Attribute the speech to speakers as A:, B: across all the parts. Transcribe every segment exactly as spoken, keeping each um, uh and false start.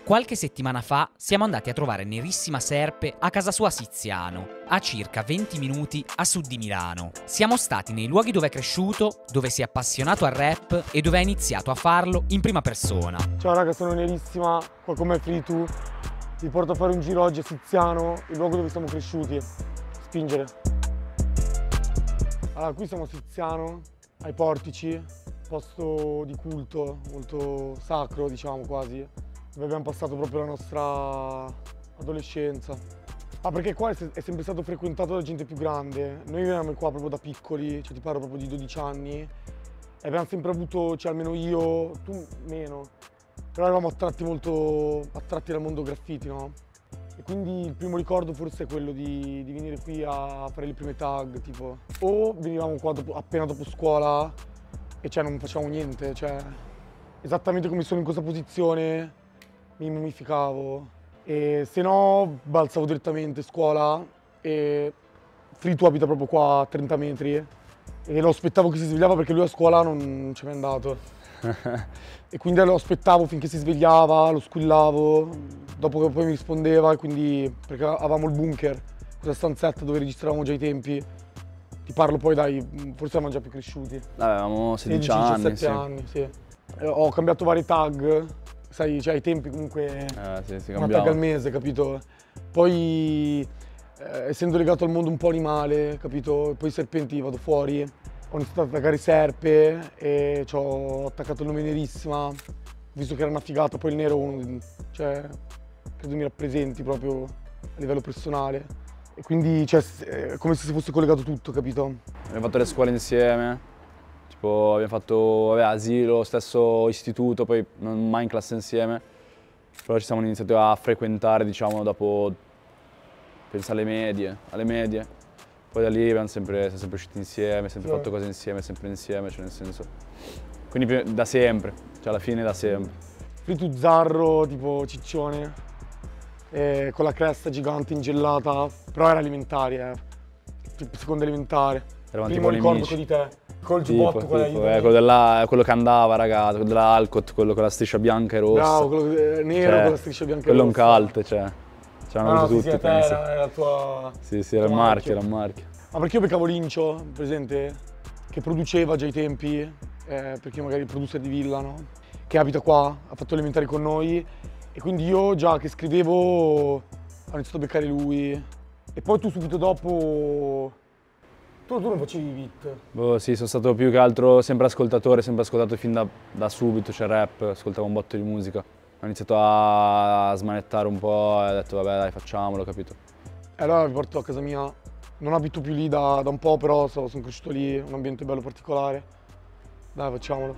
A: Qualche settimana fa siamo andati a trovare Nerissima Serpe a casa sua a Siziano, a circa venti minuti a sud di Milano. Siamo stati nei luoghi dove è cresciuto, dove si è appassionato al rap e dove ha iniziato a farlo in prima persona.
B: Ciao raga, sono Nerissima, qua con me Free two. Vi porto a fare un giro oggi a Siziano, il luogo dove siamo cresciuti. Spingere. Allora, qui siamo a Siziano, ai Portici, posto di culto, molto sacro, diciamo quasi, dove abbiamo passato proprio la nostra adolescenza. Ah, perché qua è sempre stato frequentato da gente più grande. Noi veniamo qua proprio da piccoli, cioè ti parlo proprio di dodici anni, e abbiamo sempre avuto, cioè almeno io, tu meno, però eravamo attratti molto, attratti dal mondo graffiti, no? E quindi il primo ricordo forse è quello di, di venire qui a fare le prime tag, tipo. O venivamo qua dopo, appena dopo scuola e cioè non facevamo niente, cioè esattamente come sono in questa posizione mi mummificavo. E se no balzavo direttamente a scuola e Free two abita proprio qua a trenta metri e lo aspettavo che si svegliava perché lui a scuola non ci è mai andato. E quindi lo aspettavo finché si svegliava, lo squillavo, dopo che poi mi rispondeva, e quindi perché avevamo il bunker, questa stanzetta dove registravamo già i tempi. Ti parlo poi dai, forse eravamo già più cresciuti.
C: Avevamo sedici anni,
B: diciassette
C: sì.
B: anni, sì. Eh, Ho cambiato vari tag, sai, cioè ai tempi comunque
C: Eh, sì, si
B: una
C: cambiava.
B: tag al mese, capito? Poi eh, essendo legato al mondo un po' animale, capito? Poi i serpenti vado fuori, ho iniziato ad attaccare i serpe e ci ho attaccato il nome Nerissima, visto che era una figata, poi il nero uno, cioè credo mi rappresenti proprio a livello personale. E quindi cioè, è come se si fosse collegato tutto, capito?
C: Abbiamo fatto le scuole insieme, tipo abbiamo fatto vabbè, asilo, stesso istituto, poi non mai in classe insieme, però ci siamo iniziati a frequentare, diciamo, dopo, penso alle medie, alle medie. Poi da lì abbiamo sempre, siamo sempre usciti insieme, sempre
B: Sì.
C: fatto cose insieme, sempre insieme, cioè nel senso. Quindi da sempre, cioè alla fine da sempre.
B: Free two Zarro, tipo ciccione, eh, con la cresta gigante ingellata, però era alimentare, eh. Tipo seconda elementare.
C: Eravamo
B: Primo
C: tipo
B: ricordo
C: nemici.
B: con di te, col
C: Tipo,
B: giubbotto, quella
C: tipo,
B: lì.
C: eh, quello, della, quello che andava, ragazzi, quello dell'Alcott, quello con la striscia bianca e rossa.
B: Bravo, quello eh, nero
C: Cioè,
B: con la striscia bianca e
C: quello è un
B: rossa.
C: cult, cioè. C'erano
B: Ah, no,
C: avuto
B: sì, sì,
C: tutti,
B: a te
C: penso.
B: era, era la tua...
C: Sì, sì, era il
B: tuo
C: marchio, era il marchio.
B: Ma perché io beccavo Lincio, presente, che produceva già ai tempi, eh, perché magari il producer di Villa, no? Che abita qua, ha fatto elementari con noi, e quindi io già che scrivevo ho iniziato a beccare lui. E poi tu subito dopo... Tu, tu non facevi i beat.
C: Boh, sì, sono stato più che altro sempre ascoltatore, sempre ascoltato fin da, da subito, cioè rap, ascoltavo un botto di musica. Ho iniziato a smanettare un po' e ho detto vabbè dai facciamolo, capito?
B: E allora vi porto a casa mia. Non abito più lì da, da un po', però so- sono cresciuto lì, un ambiente bello particolare. Dai, facciamolo.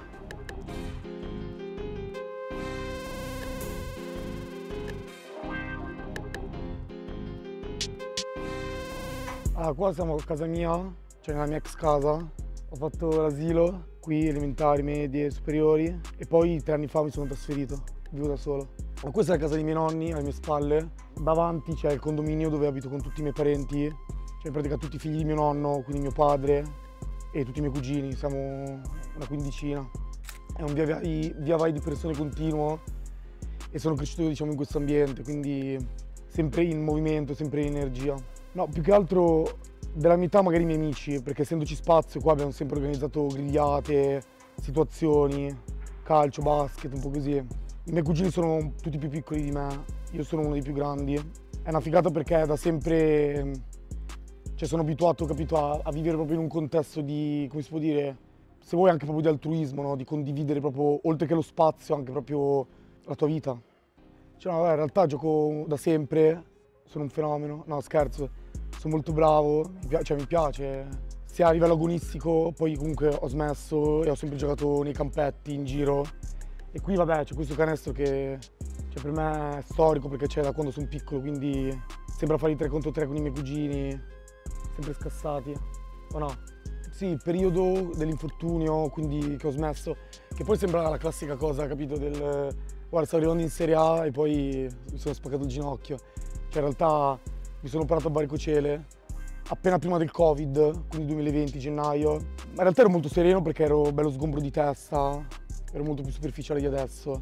B: Allora, qua siamo a casa mia, cioè nella mia ex casa. Ho fatto l'asilo, qui elementari, medie, superiori, e poi tre anni fa mi sono trasferito, vivo da solo. Ma questa è la casa dei miei nonni, alle mie spalle. Davanti c'è il condominio dove abito con tutti i miei parenti, cioè in pratica tutti i figli di mio nonno, quindi mio padre e tutti i miei cugini, siamo una quindicina. È un via vai, via vai di persone continuo e sono cresciuto, diciamo, in questo ambiente, quindi sempre in movimento, sempre in energia. No, più che altro della mia età magari i miei amici, perché essendoci spazio qua abbiamo sempre organizzato grigliate, situazioni, calcio, basket, un po' così. I miei cugini sono tutti più piccoli di me, io sono uno dei più grandi. È una figata perché da sempre, cioè sono abituato, capito, a, a vivere proprio in un contesto di, come si può dire, se vuoi anche proprio di altruismo, no? Di condividere proprio, oltre che lo spazio, anche proprio la tua vita. Cioè no, vabbè, in realtà gioco da sempre, sono un fenomeno, no scherzo, sono molto bravo, mi piace, cioè mi piace. Sia a livello agonistico, poi comunque ho smesso e ho sempre giocato nei campetti, in giro. E qui vabbè c'è questo canestro che cioè, per me è storico perché c'è da quando sono piccolo, quindi sembra fare i tre contro tre con i miei cugini, sempre scassati, o no? Sì, il periodo dell'infortunio, quindi che ho smesso, che poi sembra la classica cosa, capito, del guarda stavo arrivando in Serie A e poi mi sono spaccato il ginocchio. Cioè in realtà mi sono operato a varicocele appena prima del Covid, quindi duemilaventi, gennaio. Ma in realtà ero molto sereno perché ero bello sgombro di testa, ero molto più superficiale di adesso.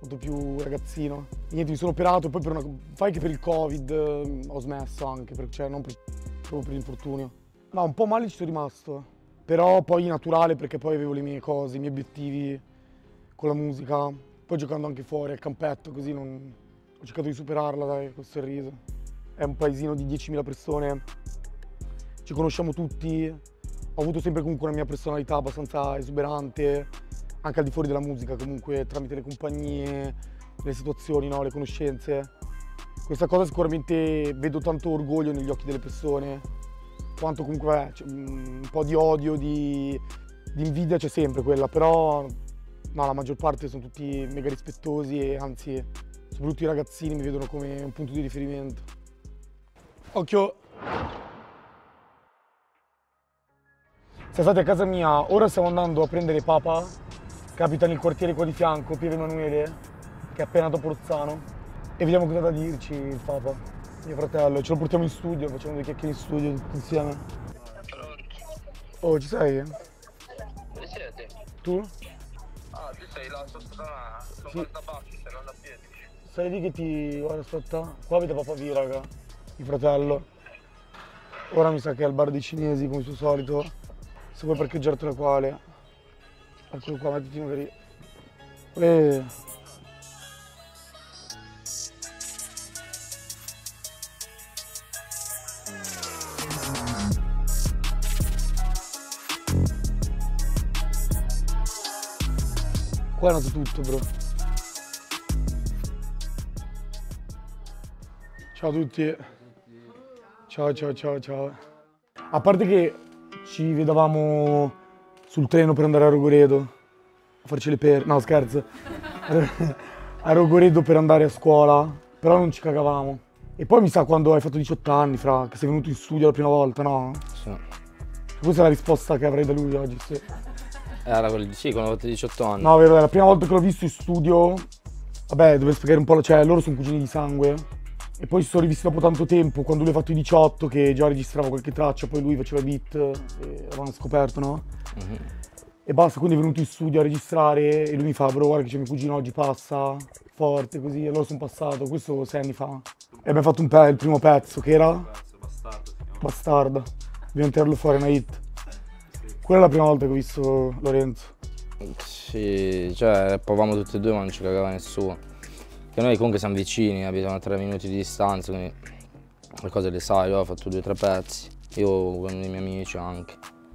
B: molto più ragazzino. E niente, mi sono operato, poi per una, fai che per il Covid eh, ho smesso anche, per, cioè non per, proprio per l'infortunio. Ma un po' male ci sono rimasto, però poi naturale perché poi avevo le mie cose, i miei obiettivi con la musica, poi giocando anche fuori al campetto, così non, ho cercato di superarla, dai, col sorriso. È un paesino di diecimila persone, ci conosciamo tutti, ho avuto sempre comunque una mia personalità abbastanza esuberante, anche al di fuori della musica, comunque tramite le compagnie, le situazioni, no? Le conoscenze. Questa cosa sicuramente vedo tanto orgoglio negli occhi delle persone, quanto comunque eh, un po' di odio, di, di invidia c'è sempre quella, però no, la maggior parte sono tutti mega rispettosi e anzi, soprattutto i ragazzini mi vedono come un punto di riferimento. Occhio! Siete stati a casa mia, ora stiamo andando a prendere Papa, che abita nel quartiere qua di fianco, Pieve Emanuele, che è appena dopo Rozzano, e vediamo cosa ha da dirci il Papa, mio fratello. Ce lo portiamo in studio, facciamo due chiacchiere in studio tutti insieme. Oh, ci sei?
D: Dove siete?
B: Tu?
D: Ah, tu sei là sotto da me, sono
B: Sì.
D: quartabassi, se non da piedi.
B: Stai lì che ti... guarda, aspetta, qua avete Papa V, raga, il fratello. Ora mi sa che è al bar dei cinesi, come al suo solito. Se vuoi parcheggiartela quale. Eccolo qua, mettiti magari. Eh. Qua è nato tutto, bro. Ciao a tutti. Ciao, ciao, ciao, ciao. A parte che ci vedevamo sul treno per andare a Rogoredo a farci le per... no, scherzo. A Rogoredo per andare a scuola, però non ci cagavamo. E poi mi sa quando hai fatto diciotto anni, fra, che sei venuto in studio la prima volta, no?
E: Sì.
B: Questa è la risposta che avrei da lui oggi, sì.
E: Era quel di sì, quando ho fatto diciotto anni.
B: No, vero, è la prima volta che l'ho visto in studio. Vabbè, dovevo spiegare un po', cioè loro sono cugini di sangue. E poi si sono rivisti dopo tanto tempo, quando lui ha fatto i diciotto, che già registrava qualche traccia, poi lui faceva i beat, e avevano scoperto, no?
E: Mm-hmm.
B: E basta, quindi è venuto in studio a registrare e lui mi fa, bro, guarda che c'è mio cugino oggi, passa, forte, così. E allora sono passato, questo sei anni fa. E abbiamo fatto un pe- il primo pezzo, che era?
F: Bastardo.
B: Bastarda. Dobbiamo tirarlo fuori, una hit. Quella è la prima volta che ho visto Lorenzo.
E: Sì, cioè provavamo tutti e due ma non ci cagava nessuno. Che noi comunque siamo vicini, abitiamo a tre minuti di distanza, quindi le cose le sai, io ho fatto due o tre pezzi, io con i miei amici anche.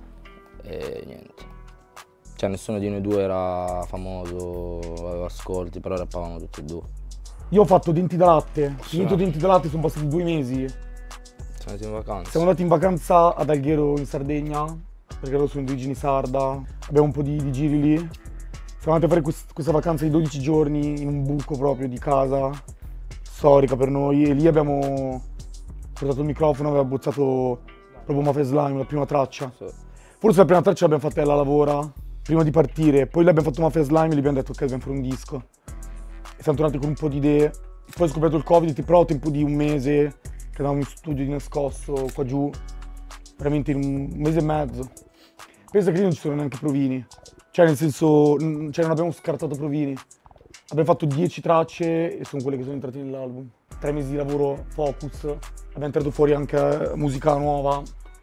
E: E niente. Cioè nessuno di noi due era famoso, aveva ascolti, però rappavamo tutti e due.
B: Io ho fatto Denti da latte,
E: Sì.
B: finito Denti da latte sono passati due mesi.
E: Siamo andati in vacanza.
B: Siamo andati in vacanza ad Alghero in Sardegna, perché loro sono di origini sarda, abbiamo un po' di, di giri lì. Siamo andati a fare quest- questa vacanza di dodici giorni in un buco proprio di casa, storica per noi, e lì abbiamo portato il microfono, aveva bozzato proprio Mafia Slime, la prima traccia.
E: Sì.
B: Forse la prima traccia l'abbiamo fatta alla lavora, prima di partire, poi l'abbiamo fatto Mafia Slime e gli abbiamo detto ok, dobbiamo fare un disco. E siamo tornati con un po' di idee, poi ho scoperto il Covid, però a tempo di un mese, che andavamo in studio di nascosto qua giù, veramente in un mese e mezzo. Pensa che lì non ci sono neanche provini, cioè nel senso, n- cioè non abbiamo scartato provini. Abbiamo fatto dieci tracce e sono quelle che sono entrate nell'album. Tre mesi di lavoro focus, abbiamo tirato fuori anche musica nuova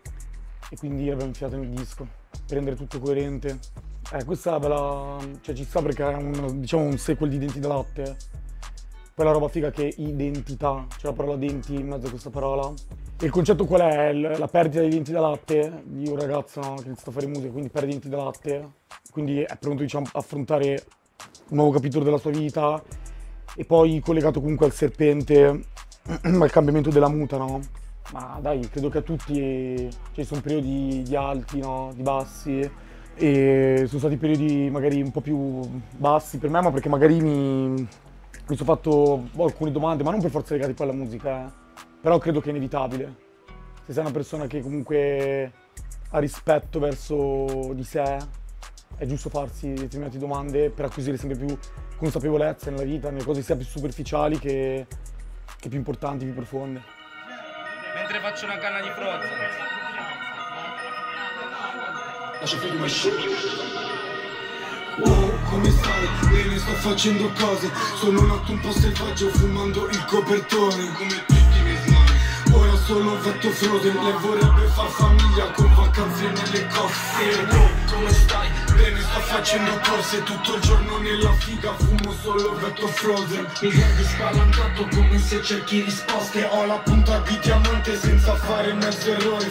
B: e quindi l'abbiamo infilato nel disco per rendere tutto coerente. Eh, questa ve la... cioè ci sta perché è un, diciamo, un sequel di Denti da latte. Poi la roba figa che è identità, c'è la parola denti in mezzo a questa parola. E il concetto qual è? L- La perdita dei denti da latte di un ragazzo, no, che ha iniziato a fare musica, quindi perde i denti da latte, quindi è pronto, diciamo, a affrontare un nuovo capitolo della sua vita. E poi collegato comunque al serpente, al cambiamento della muta, no? Ma dai, credo che a tutti, cioè, ci sono periodi di alti, no? Di bassi, e sono stati periodi magari un po' più bassi per me, ma perché magari mi, mi sono fatto boh, alcune domande, ma non per forza legate poi alla musica, eh. Però credo che è inevitabile. Se sei una persona che comunque ha rispetto verso di sé, è giusto farsi determinate domande per acquisire sempre più consapevolezza nella vita, nelle cose sia più superficiali che, che più importanti, più profonde.
F: Mentre faccio una canna di Frozen.
G: Lascia fare una scimmia. come stai? Bene, sto facendo cose. Sono nato un po' selvaggio fumando il copertone. Come tutti i miei slime. Ora sono vetto Frozen. Lei vorrebbe far famiglia con vacanze nelle coste. Come stai? Bene, sto facendo corse. Tutto il giorno nella figa fumo solo vetto Frozen. Mi guardi spalancato come se cerchi risposte. Ho la punta di diamante senza fare mezzo errore.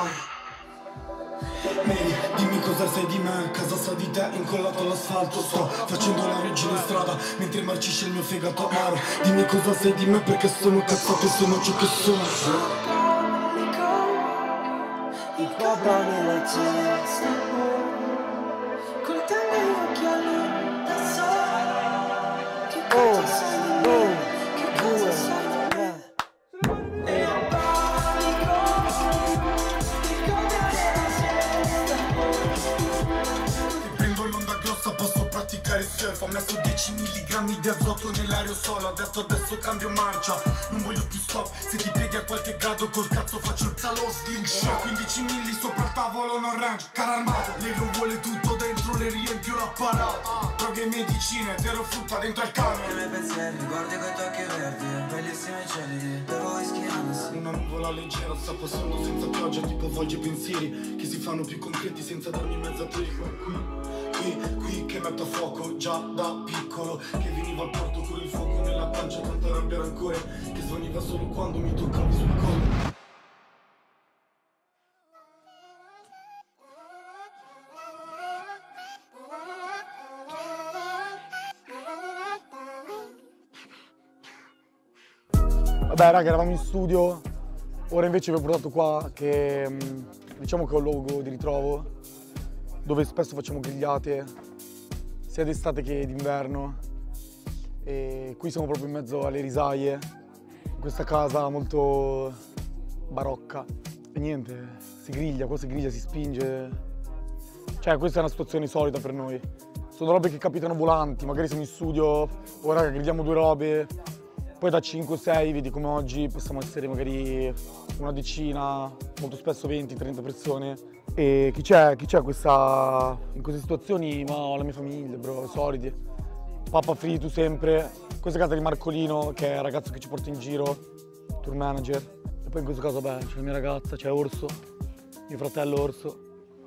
G: Mary, dimmi cosa sai di me, casa sa di te, incollato all'asfalto. Sto facendo la regina in strada, mentre marcisce il mio fegato amaro. Dimmi cosa sai di me, perché sono cazzato e sono ciò che sono.
H: Il cobra nella testa, coltello e occhiali da sole. Che cosa sai di me, che cosa sai di me.
G: Surf, ho messo dieci milligrammi di azoto nell'aerosolo. Adesso adesso cambio marcia, non voglio più stop. Se ti pieghi a qualche grado col cazzo faccio il salo slingshot. quindici milli sopra il tavolo non range, cara armato. Lei lo vuole tutto dentro, le riempio l'apparato. Droghe e medicine, zero frutta dentro al camion. I miei pensieri, guardi quei tocchi verdi, bellissimi cieli, bevo whisky Hennessy. Una nuvola leggera sta passando senza pioggia, tipo volge pensieri che si fanno più concreti senza darmi mezza tricco. Qui Qui, qui che metto a fuoco già da piccolo, che veniva al porto con il fuoco nella pancia, tanta rabbia e rancore, che svaniva solo quando mi toccavi sul collo.
B: Vabbè raga, eravamo in studio, ora invece vi ho portato qua che diciamo che è un luogo di ritrovo dove spesso facciamo grigliate sia d'estate che d'inverno e qui siamo proprio in mezzo alle risaie in questa casa molto barocca e niente, si griglia, qua si griglia, si spinge, cioè questa è una situazione solita per noi, sono robe che capitano volanti, magari siamo in studio, ora grigliamo due robe, poi da cinque sei, vedi come oggi possiamo essere magari una decina, molto spesso venti trenta persone. E chi c'è? Chi c'è questa... in queste situazioni? Ma ho la mia famiglia, bro, soliti. Papà Fritu sempre. Questa è casa di Marcolino, che è il ragazzo che ci porta in giro, tour manager. E poi in questo caso, beh, c'è la mia ragazza, c'è Orso, mio fratello Orso.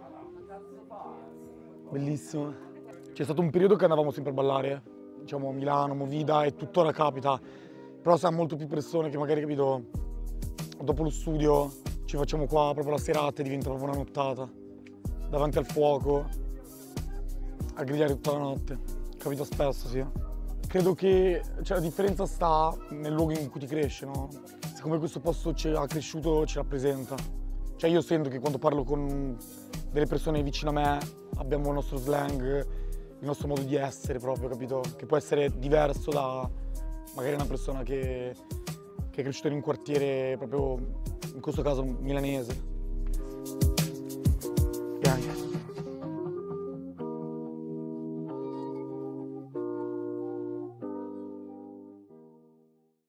B: Bellissimo. C'è stato un periodo che andavamo sempre a ballare, diciamo a Milano, Movida, e tuttora capita. Però siamo molto più persone che magari, capito, dopo lo studio ci facciamo qua proprio la serata e diventa proprio una nottata. Davanti al fuoco, a grigliare tutta la notte. Capita spesso, sì. Credo che cioè, la differenza sta nel luogo in cui ti cresce, no? Siccome questo posto ci ha cresciuto, ci rappresenta. Cioè io sento che quando parlo con delle persone vicino a me abbiamo il nostro slang, il nostro modo di essere proprio, capito? Che può essere diverso da magari una persona che, che è cresciuta in un quartiere proprio, in questo caso milanese.